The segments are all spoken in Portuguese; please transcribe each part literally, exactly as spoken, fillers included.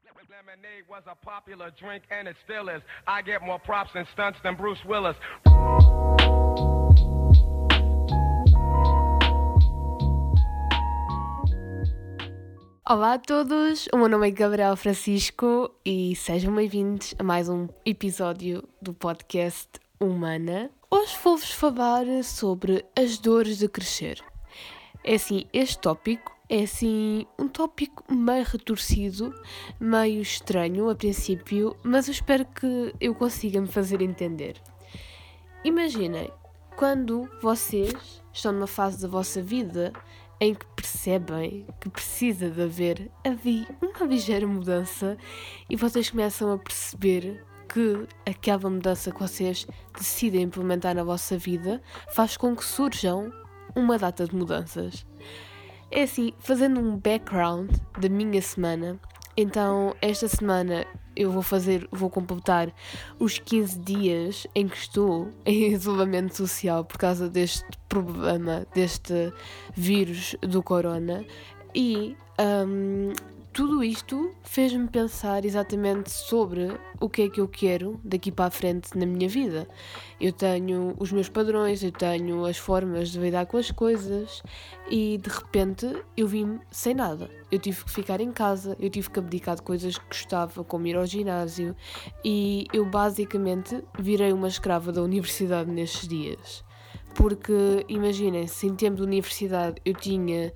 Lemonade was a popular drink and it still is. I get more props and stunts than Bruce Willis. Olá a todos, o meu nome é Gabriel Francisco e sejam bem-vindos a mais um episódio do podcast Humana. Hoje vou-vos falar sobre as dores de crescer. É assim, este tópico é assim um tópico meio retorcido, meio estranho a princípio, mas eu espero que eu consiga me fazer entender. Imaginem, quando vocês estão numa fase da vossa vida em que percebem que precisa de haver uma ligeira mudança e vocês começam a perceber que aquela mudança que vocês decidem implementar na vossa vida faz com que surjam uma data de mudanças. É assim, fazendo um background da minha semana, então esta semana eu vou fazer, vou completar os quinze dias em que estou em isolamento social por causa deste problema, deste vírus do corona e um, tudo isto fez-me pensar exatamente sobre o que é que eu quero daqui para a frente na minha vida. Eu tenho os meus padrões, eu tenho as formas de lidar com as coisas e de repente eu vim sem nada. Eu tive que ficar em casa, eu tive que abdicar de coisas que gostava, como ir ao ginásio e eu basicamente virei uma escrava da universidade nestes dias. Porque, imaginem, se em tempo de universidade eu tinha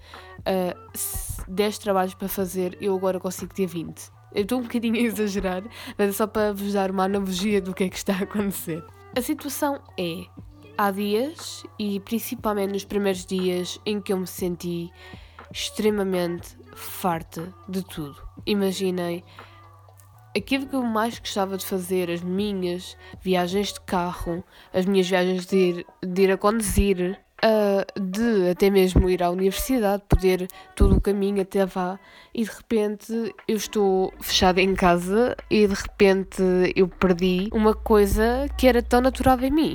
uh, dez trabalhos para fazer, eu agora consigo ter vinte. Eu estou um bocadinho a exagerar, mas é só para vos dar uma analogia do que é que está a acontecer. A situação é, há dias, e principalmente nos primeiros dias, em que eu me senti extremamente farta de tudo. Imaginem, aquilo que eu mais gostava de fazer, as minhas viagens de carro, as minhas viagens de ir, de ir a conduzir, uh, de até mesmo ir à universidade, poder todo o caminho até lá, e de repente eu estou fechada em casa e de repente eu perdi uma coisa que era tão natural em mim.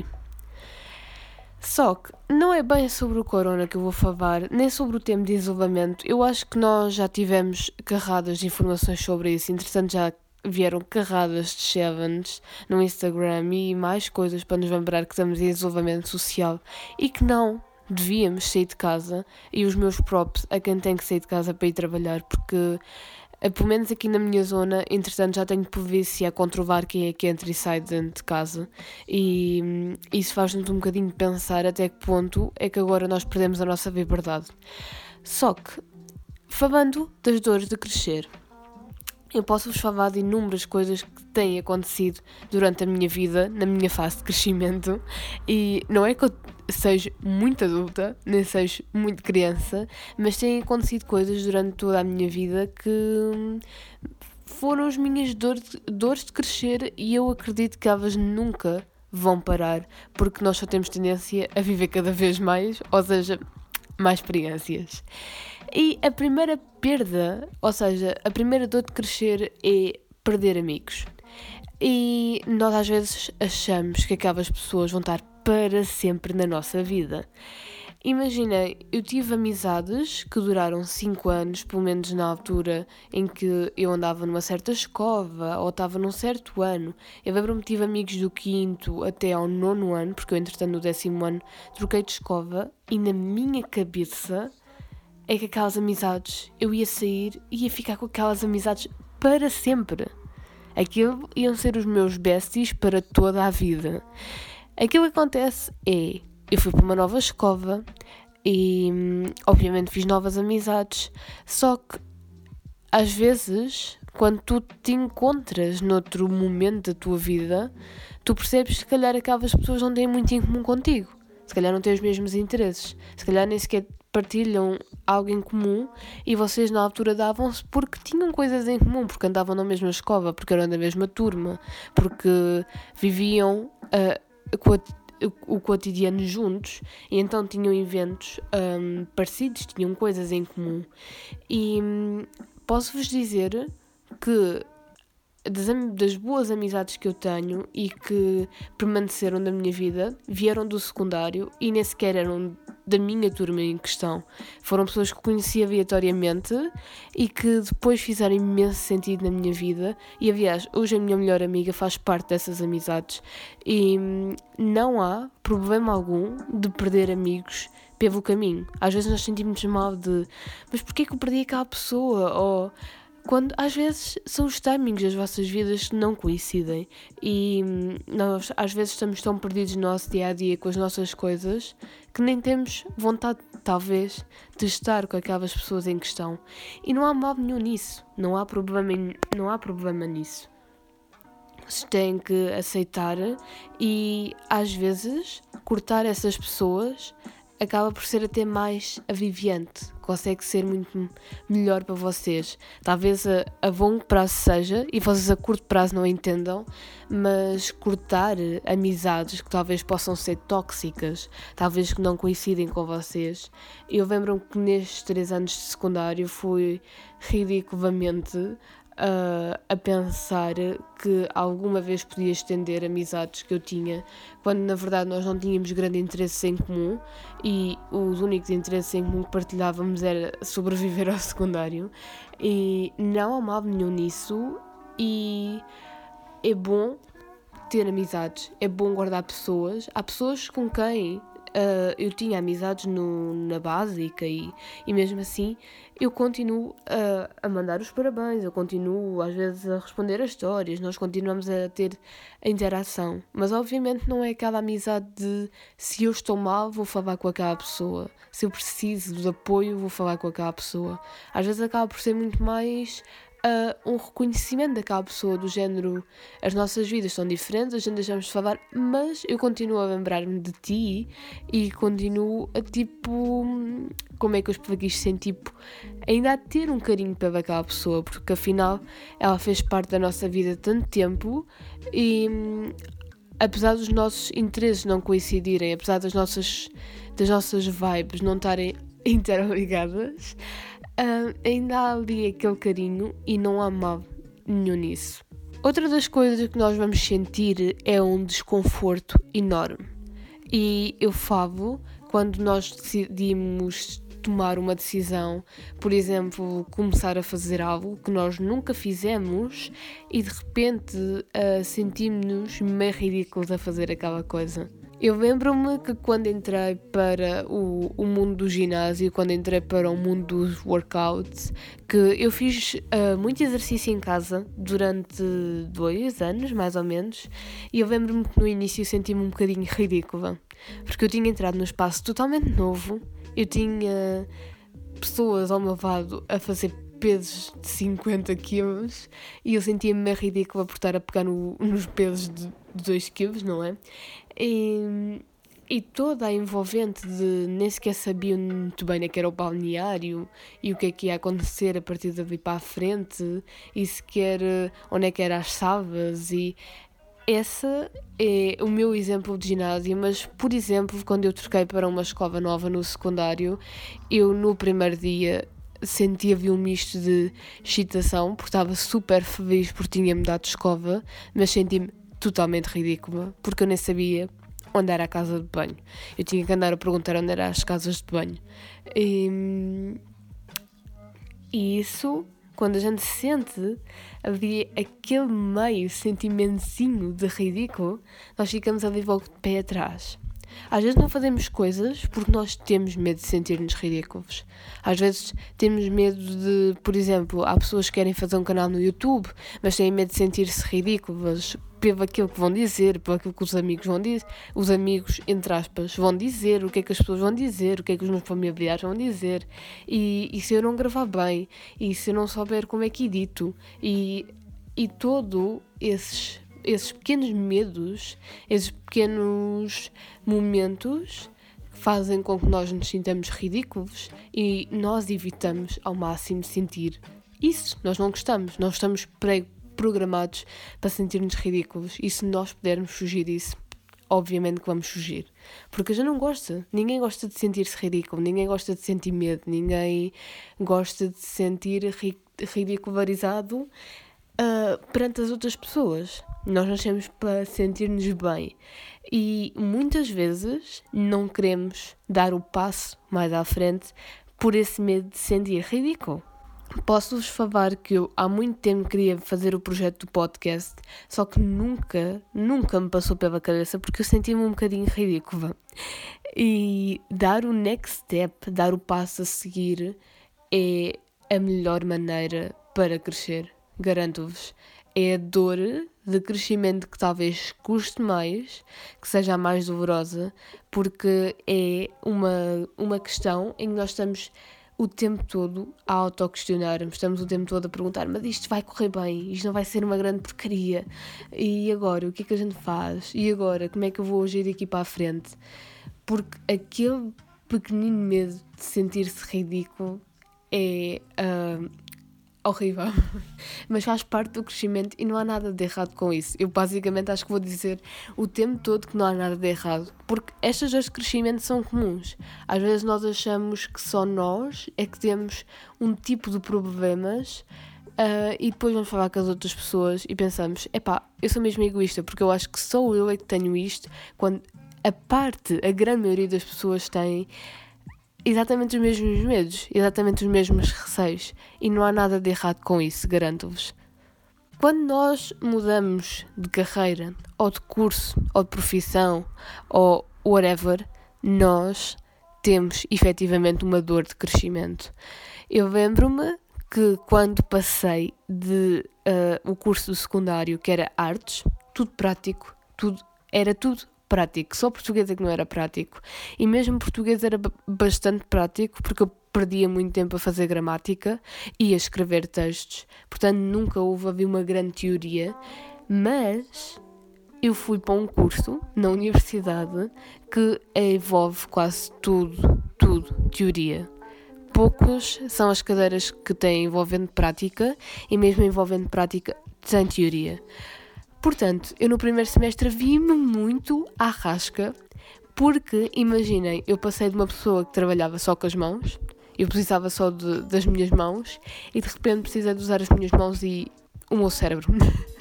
Só que não é bem sobre o corona que eu vou falar, nem sobre o tempo de isolamento. Eu acho que nós já tivemos carradas de informações sobre isso, entretanto já vieram carradas de challenges no Instagram e mais coisas para nos lembrar que estamos em isolamento social e que não devíamos sair de casa, e os meus props a quem tem que sair de casa para ir trabalhar, porque pelo menos aqui na minha zona, entretanto já tenho polícia a controlar quem é que entra e sai dentro de casa e isso faz-nos um bocadinho pensar até que ponto é que agora nós perdemos a nossa liberdade. Só que, falando das dores de crescer, eu posso-vos falar de inúmeras coisas que têm acontecido durante a minha vida, na minha fase de crescimento, e não é que eu seja muito adulta, nem seja muito criança, mas têm acontecido coisas durante toda a minha vida que foram as minhas dores, dores de crescer e eu acredito que elas nunca vão parar, porque nós só temos tendência a viver cada vez mais, ou seja, mais experiências. E a primeira perda, ou seja, a primeira dor de crescer é perder amigos. E nós às vezes achamos que aquelas pessoas vão estar para sempre na nossa vida. Imaginem, eu tive amizades que duraram cinco anos, pelo menos na altura em que eu andava numa certa escola ou estava num certo ano. Eu lembro-me que tive amigos do quinto até ao nono ano, porque eu entretanto no décimo ano troquei de escola e na minha cabeça é que aquelas amizades, eu ia sair e ia ficar com aquelas amizades para sempre. Aquilo iam ser os meus besties para toda a vida. Aquilo que acontece é, eu fui para uma nova escola e obviamente fiz novas amizades, só que às vezes, quando tu te encontras noutro momento da tua vida, tu percebes que se calhar aquelas pessoas não têm muito em comum contigo. Se calhar não têm os mesmos interesses, se calhar nem sequer partilham algo em comum e vocês na altura davam-se porque tinham coisas em comum, porque andavam na mesma escola, porque eram da mesma turma, porque viviam uh, o cotidiano juntos e então tinham eventos um, parecidos, tinham coisas em comum. E um, posso-vos dizer que das, das boas amizades que eu tenho e que permaneceram na minha vida vieram do secundário e nem sequer eram da minha turma em questão. Foram pessoas que conheci aleatoriamente e que depois fizeram imenso sentido na minha vida. E, aliás, hoje a minha melhor amiga faz parte dessas amizades. E hum, não há problema algum de perder amigos pelo caminho. Às vezes nós sentimos mal de mas porquê que eu perdi aquela pessoa? Ou quando às vezes são os timings das vossas vidas que não coincidem e nós às vezes estamos tão perdidos no nosso dia a dia com as nossas coisas que nem temos vontade, talvez, de estar com aquelas pessoas em questão. E não há mal nenhum nisso, não há problema, não há problema nisso. Vocês têm que aceitar e às vezes cortar essas pessoas acaba por ser até mais aviviante, consegue ser muito melhor para vocês. Talvez a, a longo prazo seja, e vocês a curto prazo não entendam, mas cortar amizades que talvez possam ser tóxicas, talvez que não coincidem com vocês. Eu lembro-me que nestes três anos de secundário fui ridiculamente Uh, a pensar que alguma vez podia estender amizades que eu tinha, quando na verdade nós não tínhamos grande interesse em comum e os únicos interesses em comum que partilhávamos era sobreviver ao secundário. E não há mal nenhum nisso e é bom ter amizades, é bom guardar pessoas. Há pessoas com quem Uh, eu tinha amizades no, na básica e, e mesmo assim eu continuo a, a mandar os parabéns, eu continuo às vezes a responder as histórias, nós continuamos a ter a interação, mas obviamente não é aquela amizade de se eu estou mal vou falar com aquela pessoa, se eu preciso de apoio vou falar com aquela pessoa. Às vezes acaba por ser muito mais Uh, um reconhecimento daquela pessoa, do género, as nossas vidas são diferentes, a gente deixamos de falar, mas eu continuo a lembrar-me de ti e continuo a tipo, como é que eu explico isto, sem tipo, ainda a ter um carinho pela aquela pessoa, porque afinal ela fez parte da nossa vida tanto tempo e apesar dos nossos interesses não coincidirem, apesar das nossas, das nossas vibes não estarem interligadas, Uh, ainda há ali aquele carinho e não há mal nenhum nisso. Outra das coisas que nós vamos sentir é um desconforto enorme. E eu falo quando nós decidimos tomar uma decisão, por exemplo, começar a fazer algo que nós nunca fizemos e de repente uh, sentimos-nos meio ridículos a fazer aquela coisa. Eu lembro-me que quando entrei para o, o mundo do ginásio, quando entrei para o mundo dos workouts, que eu fiz uh, muito exercício em casa durante dois anos, mais ou menos, e eu lembro-me que no início senti-me um bocadinho ridícula, porque eu tinha entrado num espaço totalmente novo, eu tinha pessoas ao meu lado a fazer pesos de cinquenta quilos e eu sentia-me meio ridícula por estar a pegar no, nos pesos de dois quilos, não é? E, e toda a envolvente de nem sequer sabia muito bem o que era o balneário e o que é que ia acontecer a partir dali para a frente e sequer onde é que eram as salas e esse é o meu exemplo de ginásio, mas por exemplo quando eu troquei para uma escola nova no secundário, eu no primeiro dia sentia-vi um misto de excitação porque estava super feliz porque tinha mudado de escola, mas senti-me totalmente ridícula porque eu nem sabia onde era a casa de banho. Eu tinha que andar a perguntar onde eram as casas de banho. E, e isso, quando a gente sente ali aquele meio sentimentozinho de ridículo, nós ficamos ali logo de pé atrás. Às vezes não fazemos coisas porque nós temos medo de sentir-nos ridículos. Às vezes temos medo de, por exemplo, há pessoas que querem fazer um canal no YouTube, mas têm medo de sentir-se ridículas pelo aquilo que vão dizer, pelo aquilo que os amigos vão dizer, os amigos, entre aspas, vão dizer, o que é que as pessoas vão dizer, o que é que os meus familiares vão dizer, e, e se eu não gravar bem, e se eu não souber como é que edito, e, e todo esses... esses pequenos medos, esses pequenos momentos fazem com que nós nos sintamos ridículos e nós evitamos ao máximo sentir isso. Nós não gostamos, nós estamos pré-programados para sentir-nos ridículos e se nós pudermos fugir disso, obviamente que vamos fugir. Porque a gente não gosta, ninguém gosta de sentir-se ridículo, ninguém gosta de sentir medo, ninguém gosta de se sentir ri- ridicularizado uh, perante as outras pessoas. Nós nascemos para sentir-nos bem e muitas vezes não queremos dar o passo mais à frente por esse medo de sentir ridículo. Posso-vos falar que eu há muito tempo queria fazer o projeto do podcast, só que nunca, nunca me passou pela cabeça porque eu sentia-me um bocadinho ridícula. E dar o next step, dar o passo a seguir, é a melhor maneira para crescer, garanto-vos. É a dor de crescimento que talvez custe mais, que seja a mais dolorosa, porque é uma, uma questão em que nós estamos o tempo todo a auto-questionar-nos, estamos o tempo todo a perguntar, mas isto vai correr bem, isto não vai ser uma grande porcaria, e agora, o que é que a gente faz? E agora, como é que eu vou agir daqui para a frente? Porque aquele pequenino medo de sentir-se ridículo é uh, horrível, mas faz parte do crescimento e não há nada de errado com isso. Eu basicamente acho que vou dizer o tempo todo que não há nada de errado, porque estas dores de crescimento são comuns. Às vezes nós achamos que só nós é que temos um tipo de problemas uh, e depois vamos falar com as outras pessoas e pensamos, epá, eu sou mesmo egoísta porque eu acho que só eu é que tenho isto, quando a parte, a grande maioria das pessoas tem exatamente os mesmos medos, exatamente os mesmos receios. E não há nada de errado com isso, garanto-vos. Quando nós mudamos de carreira, ou de curso, ou de profissão, ou whatever, nós temos efetivamente uma dor de crescimento. Eu lembro-me que quando passei de uh, o curso do secundário, que era artes, tudo prático, tudo, era tudo prático, só português é que não era prático, e mesmo português era b- bastante prático, porque eu perdia muito tempo a fazer gramática e a escrever textos, portanto nunca houve havia uma grande teoria, mas eu fui para um curso na universidade que envolve quase tudo, tudo, teoria. Poucos são as cadeiras que têm envolvendo prática, e mesmo envolvendo prática sem teoria. Portanto, eu no primeiro semestre vi-me muito à rasca, porque, imaginem, eu passei de uma pessoa que trabalhava só com as mãos, eu precisava só de, das minhas mãos, e de repente precisei de usar as minhas mãos e o meu cérebro.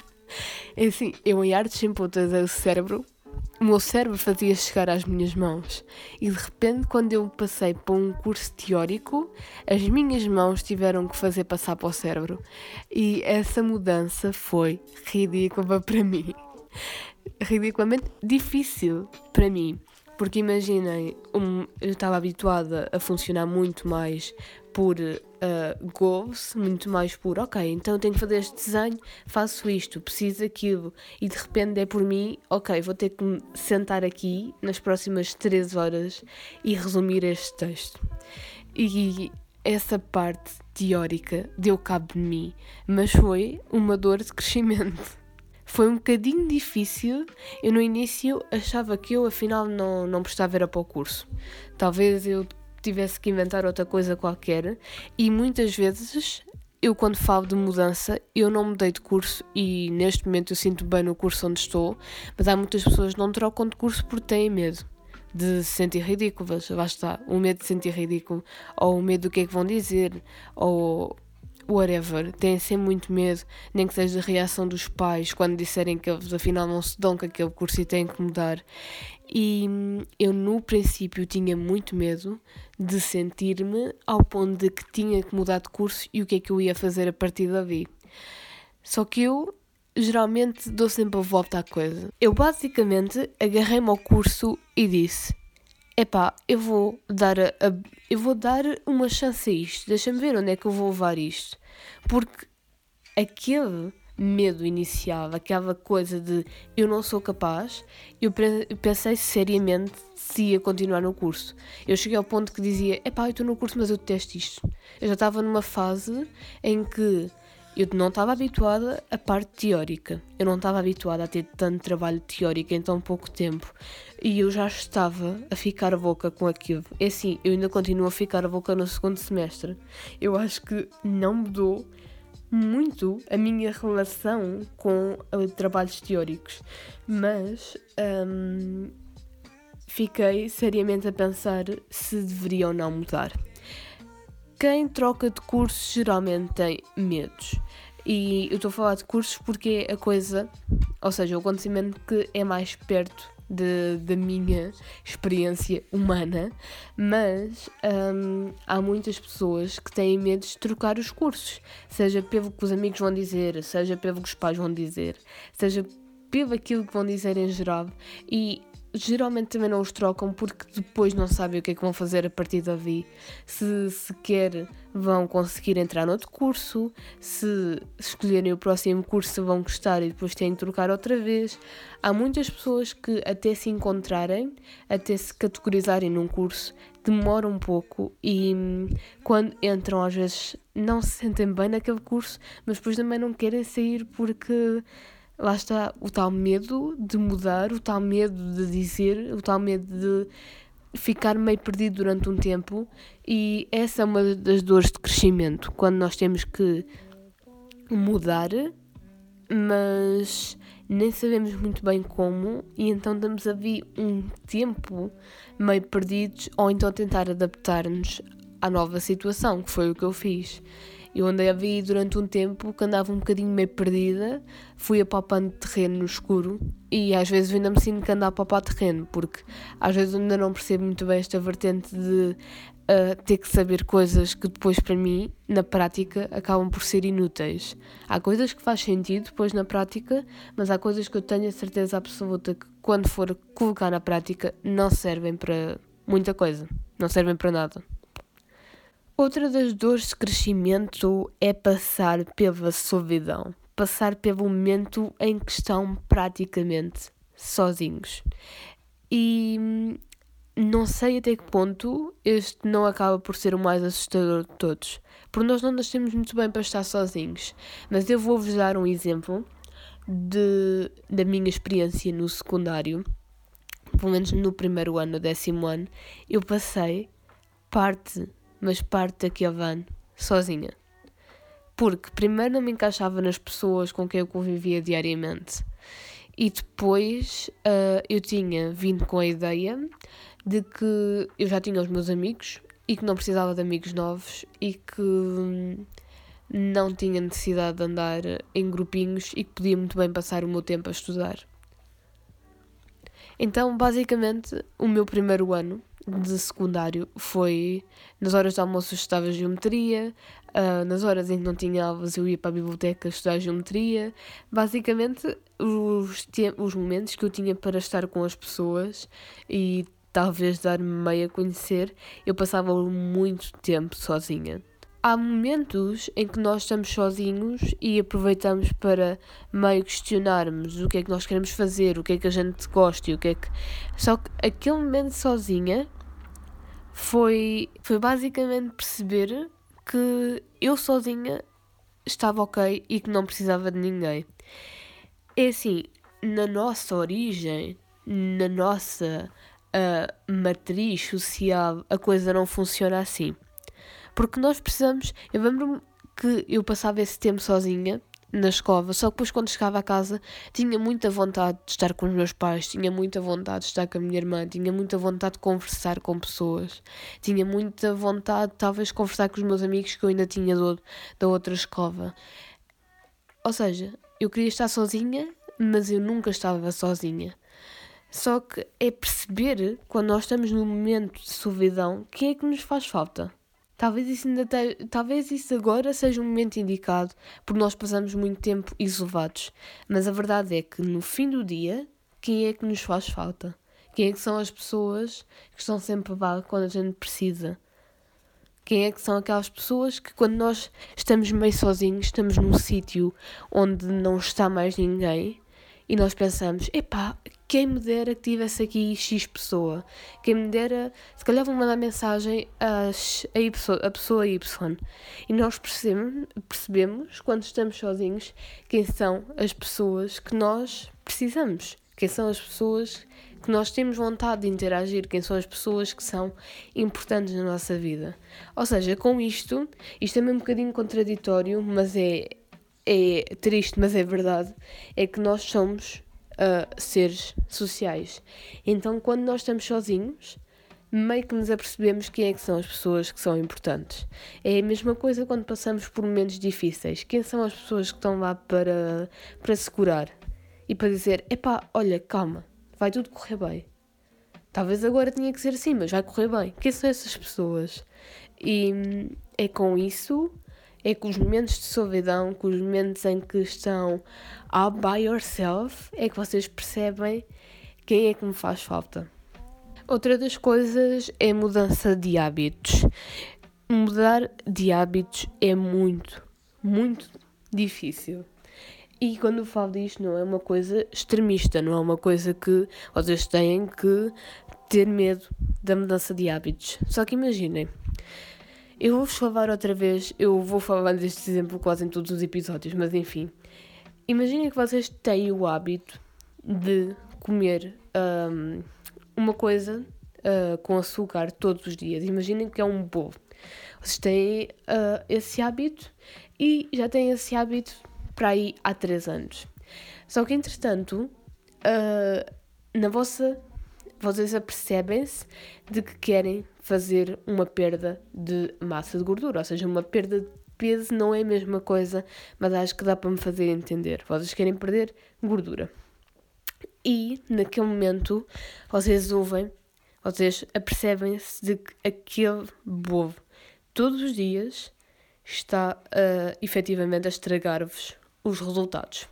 É assim, eu em artes sempre utilizei o cérebro, o meu cérebro fazia chegar às minhas mãos, e de repente quando eu passei para um curso teórico, as minhas mãos tiveram que fazer passar para o cérebro, e essa mudança foi ridícula para mim, ridiculamente difícil para mim, porque imaginem, um, eu estava habituada a funcionar muito mais por uh, goals, muito mais por, ok, então eu tenho que fazer este desenho, faço isto, preciso daquilo, e de repente é por mim, ok, vou ter que me sentar aqui nas próximas três horas e resumir este texto. E essa parte teórica deu cabo de mim, mas foi uma dor de crescimento. Foi um bocadinho difícil, eu no início achava que eu afinal não, não prestava era para o curso. Talvez eu tivesse que inventar outra coisa qualquer, e muitas vezes eu quando falo de mudança, eu não mudei de curso e neste momento eu sinto bem no curso onde estou, mas há muitas pessoas que não trocam de curso porque têm medo de se sentir ridículas, lá está, o medo de se sentir ridículo, ou o medo do que é que vão dizer, ou whatever, têm sempre muito medo, nem que seja a reação dos pais quando disserem que eles afinal não se dão com aquele curso e têm que mudar. E eu no princípio tinha muito medo de sentir-me ao ponto de que tinha que mudar de curso e o que é que eu ia fazer a partir dali. Só que eu geralmente dou sempre a volta à coisa. Eu basicamente agarrei-me ao curso e disse, epá, eu vou dar a, a, eu vou dar uma chance a isto, deixa-me ver onde é que eu vou levar isto. Porque aquele medo inicial, aquela coisa de eu não sou capaz, eu pensei seriamente se ia continuar no curso. Eu cheguei ao ponto que dizia, epá, eu estou no curso mas eu detesto isto. Eu já estava numa fase em que eu não estava habituada à parte teórica. Eu não estava habituada a ter tanto trabalho teórico em tão pouco tempo. E eu já estava a ficar a boca com aquilo. É assim, eu ainda continuo a ficar a boca no segundo semestre. Eu acho que não mudou muito a minha relação com uh, trabalhos teóricos. Mas hum, fiquei seriamente a pensar se deveria ou não mudar. Quem troca de curso geralmente tem medos. E eu estou a falar de cursos porque é a coisa, ou seja, o acontecimento que é mais perto de, da minha experiência humana, mas hum, há muitas pessoas que têm medo de trocar os cursos, seja pelo que os amigos vão dizer, seja pelo que os pais vão dizer, seja pelo aquilo que vão dizer em geral, e geralmente também não os trocam porque depois não sabem o que é que vão fazer a partir daí, se sequer vão conseguir entrar noutro curso, se escolherem o próximo curso vão gostar e depois têm que trocar outra vez. Há muitas pessoas que até se encontrarem, até se categorizarem num curso, demoram um pouco e quando entram às vezes não se sentem bem naquele curso, mas depois também não querem sair porque lá está o tal medo de mudar, o tal medo de dizer, o tal medo de ficar meio perdido durante um tempo, e essa é uma das dores de crescimento, quando nós temos que mudar, mas nem sabemos muito bem como, e então estamos a vir um tempo meio perdidos, ou então tentar adaptar-nos à nova situação, que foi o que eu fiz. Eu andei a vir durante um tempo que andava um bocadinho meio perdida, fui apalpando terreno no escuro e às vezes ainda me sinto que ando a apalpar terreno, porque às vezes ainda não percebo muito bem esta vertente de uh, ter que saber coisas que depois para mim, na prática, acabam por ser inúteis. Há coisas que faz sentido depois na prática, mas há coisas que eu tenho a certeza absoluta que quando for colocar na prática não servem para muita coisa, não servem para nada. Outra das dores de crescimento é passar pela solidão, passar pelo momento em que estão praticamente sozinhos. E não sei até que ponto este não acaba por ser o mais assustador de todos, porque nós não nascemos muito bem para estar sozinhos, mas eu vou-vos dar um exemplo de, da minha experiência no secundário, pelo menos no primeiro ano, no décimo ano, eu passei parte... mas parte daquele ano, sozinha. Porque primeiro não me encaixava nas pessoas com quem eu convivia diariamente. E depois uh, eu tinha vindo com a ideia de que eu já tinha os meus amigos e que não precisava de amigos novos e que hum, não tinha necessidade de andar em grupinhos e que podia muito bem passar o meu tempo a estudar. Então, basicamente, o meu primeiro ano de secundário foi nas horas de almoço eu estudava geometria, uh, nas horas em que não tinha aulas eu ia para a biblioteca estudar geometria. Basicamente, os, te- os momentos que eu tinha para estar com as pessoas e talvez dar-me meio a conhecer, eu passava muito tempo sozinha. Há momentos em que nós estamos sozinhos e aproveitamos para meio questionarmos o que é que nós queremos fazer, o que é que a gente gosta e o que é que... Só que aquele momento sozinha foi, foi basicamente perceber que eu sozinha estava ok e que não precisava de ninguém. É assim, na nossa origem, na nossa uh, matriz social, a coisa não funciona assim. Porque nós precisamos... Eu lembro-me que eu passava esse tempo sozinha na escola, só que depois quando chegava a casa tinha muita vontade de estar com os meus pais, tinha muita vontade de estar com a minha irmã, tinha muita vontade de conversar com pessoas, tinha muita vontade de talvez conversar com os meus amigos que eu ainda tinha do, da outra escola. Ou seja, eu queria estar sozinha, mas eu nunca estava sozinha. Só que é perceber, quando nós estamos num momento de solidão, o que é que nos faz falta. Talvez isso, ainda te... Talvez isso agora seja um momento indicado, porque nós passamos muito tempo isolados. Mas a verdade é que no fim do dia, quem é que nos faz falta? Quem é que são as pessoas que estão sempre lá quando a gente precisa? Quem é que são aquelas pessoas que quando nós estamos meio sozinhos, estamos num sítio onde não está mais ninguém e nós pensamos, epá, quem me dera que tivesse aqui X pessoa, quem me dera, se calhar vou mandar mensagem a, a, y, a pessoa Y. E nós percebemos, percebemos, quando estamos sozinhos, quem são as pessoas que nós precisamos, quem são as pessoas que nós temos vontade de interagir, quem são as pessoas que são importantes na nossa vida. Ou seja, com isto, isto é meio um bocadinho contraditório, mas é, é triste, mas é verdade, é que nós somos uh, seres sociais. Então, quando nós estamos sozinhos, meio que nos apercebemos quem é que são as pessoas que são importantes. É a mesma coisa quando passamos por momentos difíceis. Quem são as pessoas que estão lá para, para se curar e para dizer, epá, olha, calma, vai tudo correr bem. Talvez agora tinha que ser assim, mas vai correr bem. Quem são essas pessoas? E é com isso, é com os momentos de solidão, com os momentos em que estão all by yourself, é que vocês percebem quem é que me faz falta. Outra das coisas é a mudança de hábitos. Mudar de hábitos é muito, muito difícil. E quando eu falo disto, não é uma coisa extremista, não é uma coisa que vocês têm que ter medo da mudança de hábitos. Só que imaginem, eu vou-vos falar outra vez, eu vou falar deste exemplo quase em todos os episódios, mas enfim. Imaginem que vocês têm o hábito de comer um, uma coisa uh, com açúcar todos os dias. Imaginem que é um bolo. Vocês têm uh, esse hábito e já têm esse hábito para aí há três anos. Só que, entretanto, uh, na vossa, vocês apercebem-se de que querem fazer uma perda de massa de gordura, ou seja, uma perda de peso não é a mesma coisa, mas acho que dá para me fazer entender. Vocês querem perder gordura. E, naquele momento, vocês ouvem, vocês apercebem-se de que aquele bolo, todos os dias, está uh, efetivamente a estragar-vos os resultados.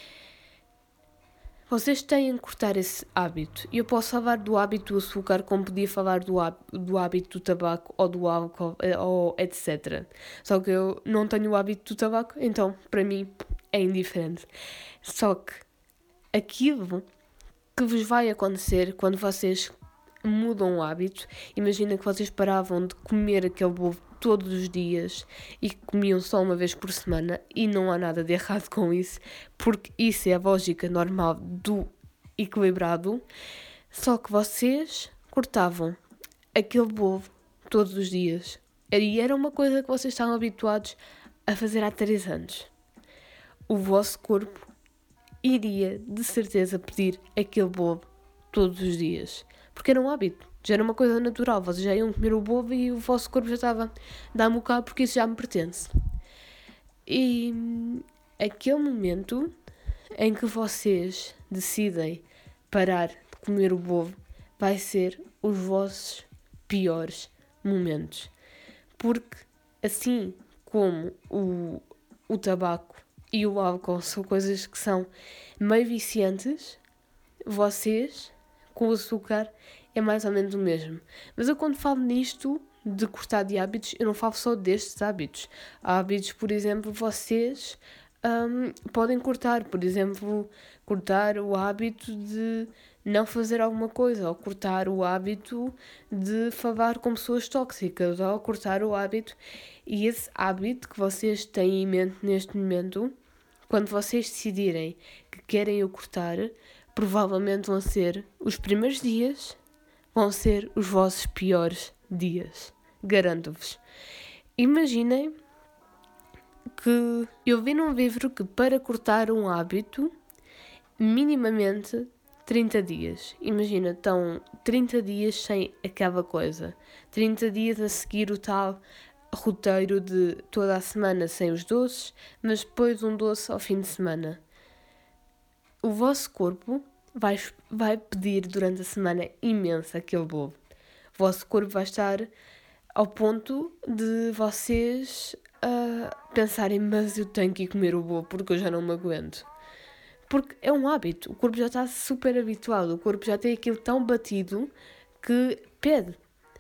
Vocês têm que cortar esse hábito. E eu posso falar do hábito do açúcar como podia falar do, do hábito do tabaco ou do álcool, ou etcétera. Só que eu não tenho o hábito do tabaco, então, para mim, é indiferente. Só que aquilo que vos vai acontecer quando vocês mudam o hábito, imagina que vocês paravam de comer aquele bolo todos os dias e comiam só uma vez por semana, e não há nada de errado com isso, porque isso é a lógica normal do equilibrado, só que vocês cortavam aquele bolo todos os dias e era uma coisa que vocês estavam habituados a fazer há três anos. O vosso corpo iria de certeza pedir aquele bolo todos os dias, porque era um hábito. Já era uma coisa natural, vocês já iam comer o bolo e o vosso corpo já estava, dá-me o cá porque isso já me pertence. E aquele momento em que vocês decidem parar de comer o bolo vai ser os vossos piores momentos. Porque assim como o, o tabaco e o álcool são coisas que são meio viciantes, vocês com o açúcar é mais ou menos o mesmo. Mas eu quando falo nisto, de cortar de hábitos, eu não falo só destes hábitos. Há hábitos, por exemplo, vocês um, podem cortar. Por exemplo, cortar o hábito de não fazer alguma coisa, ou cortar o hábito de falar com pessoas tóxicas, ou cortar o hábito. E esse hábito que vocês têm em mente neste momento, quando vocês decidirem que querem o cortar, provavelmente vão ser os primeiros dias, vão ser os vossos piores dias. Garanto-vos. Imaginem que eu vi num livro que para cortar um hábito, minimamente trinta dias. Imagina, estão trinta dias sem aquela coisa. trinta dias a seguir o tal roteiro de toda a semana sem os doces, mas depois um doce ao fim de semana. O vosso corpo vai, vai pedir durante a semana imensa aquele bolo. O vosso corpo vai estar ao ponto de vocês uh, pensarem, mas eu tenho que ir comer o bolo porque eu já não me aguento. Porque é um hábito, o corpo já está super habituado, o corpo já tem aquilo tão batido que pede.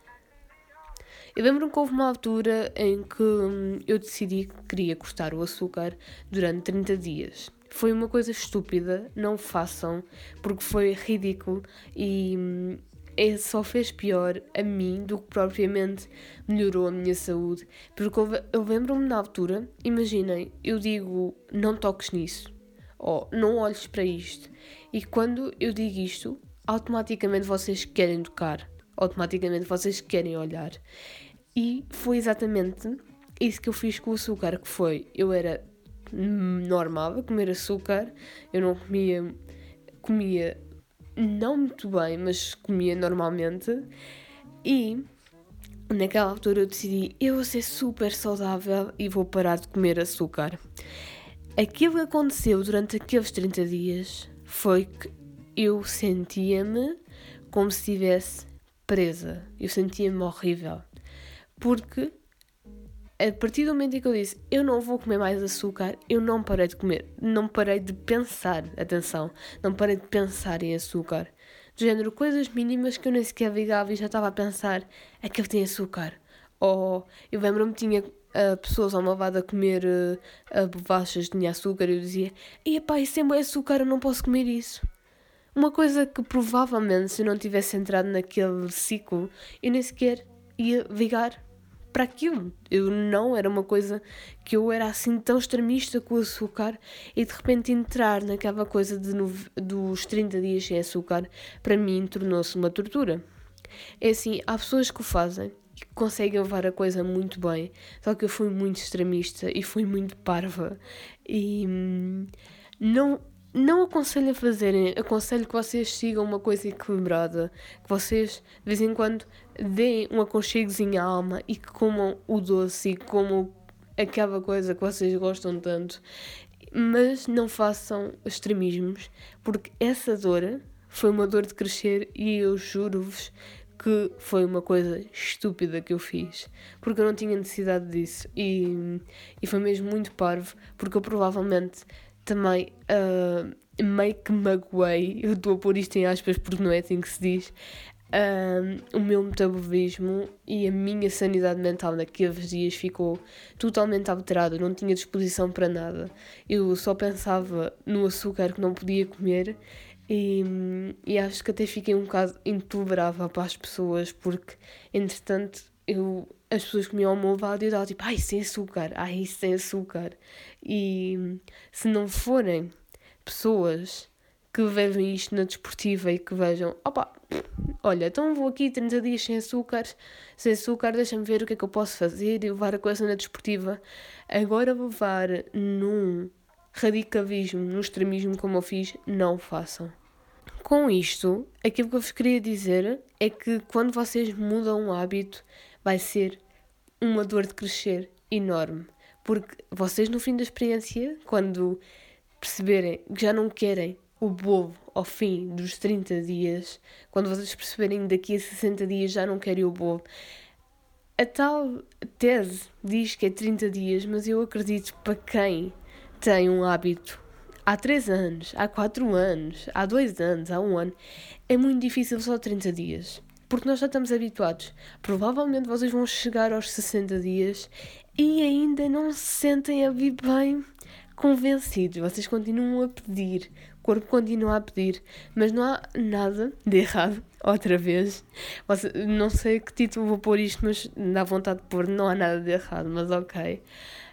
Eu lembro-me que houve uma altura em que hum, eu decidi que queria cortar o açúcar durante trinta dias. Foi uma coisa estúpida, não o façam, porque foi ridículo e hum, é, só fez pior a mim do que propriamente melhorou a minha saúde. Porque eu, eu lembro-me na altura, imaginem, eu digo, não toques nisso, ou não olhes para isto. E quando eu digo isto, automaticamente vocês querem tocar, automaticamente vocês querem olhar. E foi exatamente isso que eu fiz com o açúcar, que foi, eu era normal a comer açúcar, eu não comia, comia não muito bem, mas comia normalmente, E naquela altura eu decidi, eu vou ser super saudável e vou parar de comer açúcar. Aquilo que aconteceu durante aqueles trinta dias foi que eu sentia-me como se estivesse presa. Eu sentia-me horrível. Porque a partir do momento em que eu disse eu não vou comer mais açúcar, eu não parei de comer. Não parei de pensar, atenção, não parei de pensar em açúcar. Do género, coisas mínimas que eu nem sequer ligava e já estava a pensar, aquele tem açúcar. Ou eu lembro-me que tinha uh, pessoas ao meu lado a comer uh, bolachas que tinha açúcar e eu dizia, e pá, isso tem muito açúcar, eu não posso comer isso. Uma coisa que provavelmente se eu não tivesse entrado naquele ciclo, eu nem sequer ia ligar para aquilo. Eu não era uma coisa que eu era assim tão extremista com o açúcar e de repente entrar naquela coisa de no, dos trinta dias sem açúcar, para mim tornou-se uma tortura. É assim, há pessoas que o fazem e que conseguem levar a coisa muito bem, só que eu fui muito extremista e fui muito parva e hum, não... Não aconselho a fazerem, aconselho que vocês sigam uma coisa equilibrada, que vocês de vez em quando deem um aconchegozinho à alma e que comam o doce e que comam aquela coisa que vocês gostam tanto, mas não façam extremismos, porque essa dor foi uma dor de crescer e eu juro-vos que foi uma coisa estúpida que eu fiz, porque eu não tinha necessidade disso e, e foi mesmo muito parvo, porque eu provavelmente também uh, meio que magoei, eu estou a pôr isto em aspas porque não é assim que se diz, uh, o meu metabolismo e a minha sanidade mental naqueles dias ficou totalmente alterada, não tinha disposição para nada. Eu só pensava no açúcar que não podia comer e, e acho que até fiquei um bocado intolerável para as pessoas, porque entretanto eu, as pessoas comiam ao meu lado e eu estava tipo, ai, sem açúcar, ai, isso sem açúcar. E se não forem pessoas que vejam isto na desportiva e que vejam, opa, olha, então vou aqui trinta dias sem açúcar, sem açúcar, deixa-me ver o que é que eu posso fazer e levar a coisa na desportiva. Agora levar num radicalismo, num extremismo como eu fiz, não façam. Com isto, aquilo que eu vos queria dizer é que quando vocês mudam um hábito, vai ser uma dor de crescer enorme. Porque vocês, no fim da experiência, quando perceberem que já não querem o bolo ao fim dos trinta dias, quando vocês perceberem que daqui a sessenta dias já não querem o bolo, a tal tese diz que é trinta dias, mas eu acredito que para quem tem um hábito há três anos, há quatro anos, há dois anos, há um ano, é muito difícil só trinta dias. Porque nós já estamos habituados. Provavelmente vocês vão chegar aos sessenta dias e ainda não se sentem a vir bem convencidos. Vocês continuam a pedir, o corpo continua a pedir, mas não há nada de errado, outra vez. Você, não sei que título vou pôr isto, mas dá vontade de pôr, não há nada de errado, mas ok.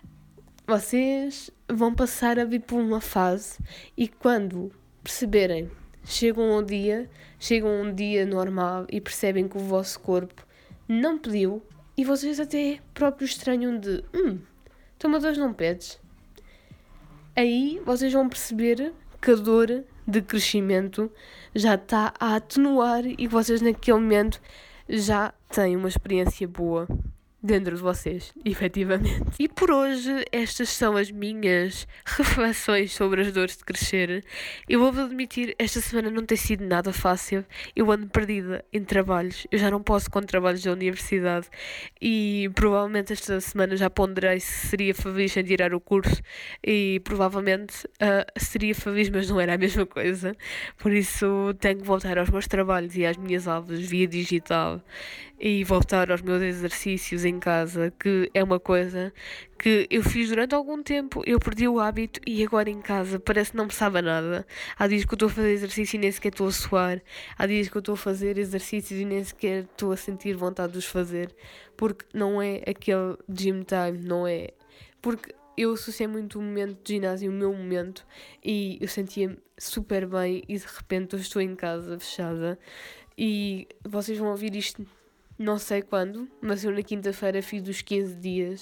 Vocês vão passar a vir por uma fase e quando perceberem, chegam ao dia, chegam a um dia normal e percebem que o vosso corpo não pediu e vocês até próprios estranham de hum, então mas hoje não pedes. Aí vocês vão perceber que a dor de crescimento já está a atenuar e que vocês naquele momento já têm uma experiência boa dentro de vocês, efetivamente. E por hoje, estas são as minhas reflexões sobre as dores de crescer. Eu vou admitir, esta semana não tem sido nada fácil. Eu ando perdida em trabalhos. Eu já não posso com trabalhos da universidade e provavelmente esta semana já ponderei se seria feliz em tirar o curso e provavelmente uh, seria feliz, mas não era a mesma coisa. Por isso tenho que voltar aos meus trabalhos e às minhas aulas via digital e voltar aos meus exercícios em casa, que é uma coisa que eu fiz durante algum tempo, eu perdi o hábito e agora em casa parece que não me sabe a nada. Há dias que eu estou a fazer exercício e nem sequer estou a suar, há dias que eu estou a fazer exercícios e nem sequer estou a sentir vontade de os fazer, porque não é aquele gym time, não é... Porque eu associei muito o momento de ginásio, o meu momento, e eu sentia-me super bem e de repente eu estou em casa fechada e vocês vão ouvir isto não sei quando, mas eu na quinta-feira fiz os quinze dias,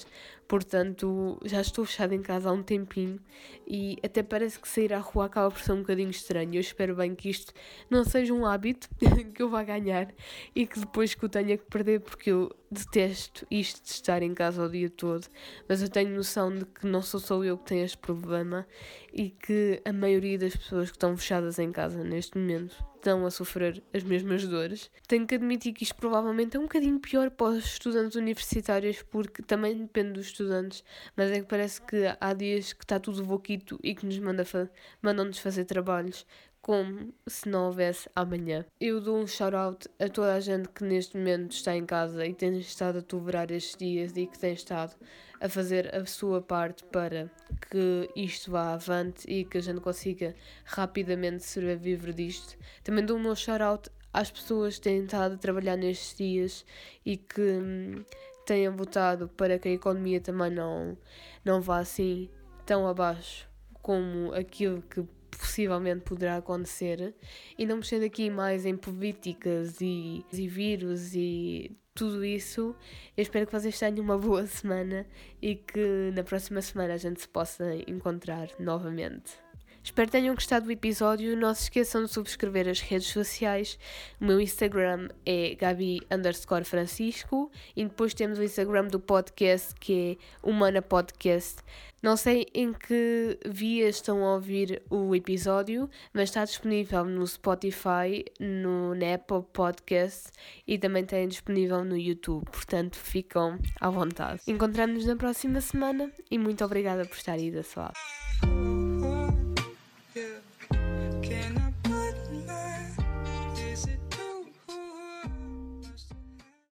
portanto já estou fechada em casa há um tempinho e até parece que sair à rua acaba por ser um bocadinho estranho. Eu espero bem que isto não seja um hábito que eu vá ganhar e que depois que o tenha que perder, porque eu detesto isto de estar em casa o dia todo, mas eu tenho noção de que não sou só eu que tenho este problema e que a maioria das pessoas que estão fechadas em casa neste momento estão a sofrer as mesmas dores. Tenho que admitir que isto provavelmente é um bocadinho pior para os estudantes universitários, porque também depende dos estudantes, mas é que parece que há dias que está tudo boquito e que nos manda fa- mandam-nos fazer trabalhos como se não houvesse amanhã. Eu dou um shout-out a toda a gente que neste momento está em casa e tem estado a tolerar estes dias e que tem estado a fazer a sua parte para que isto vá avante e que a gente consiga rapidamente sobreviver disto. Também dou o meu shout-out às pessoas que têm estado a trabalhar nestes dias e que hum, tenham votado para que a economia também não, não vá assim tão abaixo como aquilo que possivelmente poderá acontecer, e não mexendo aqui mais em políticas e, e vírus e tudo isso. Eu espero que vocês tenham uma boa semana e que na próxima semana a gente se possa encontrar novamente. Espero que tenham gostado do episódio. Não se esqueçam de subscrever as redes sociais. O meu Instagram é Gabi underscore Francisco e depois temos o Instagram do podcast, que é Humana Podcast. Não sei em que via estão a ouvir o episódio, mas está disponível no Spotify, no na Apple Podcast e também tem disponível no YouTube, portanto ficam à vontade. Encontramos-nos na próxima semana e muito obrigada por estar aí da sua lado.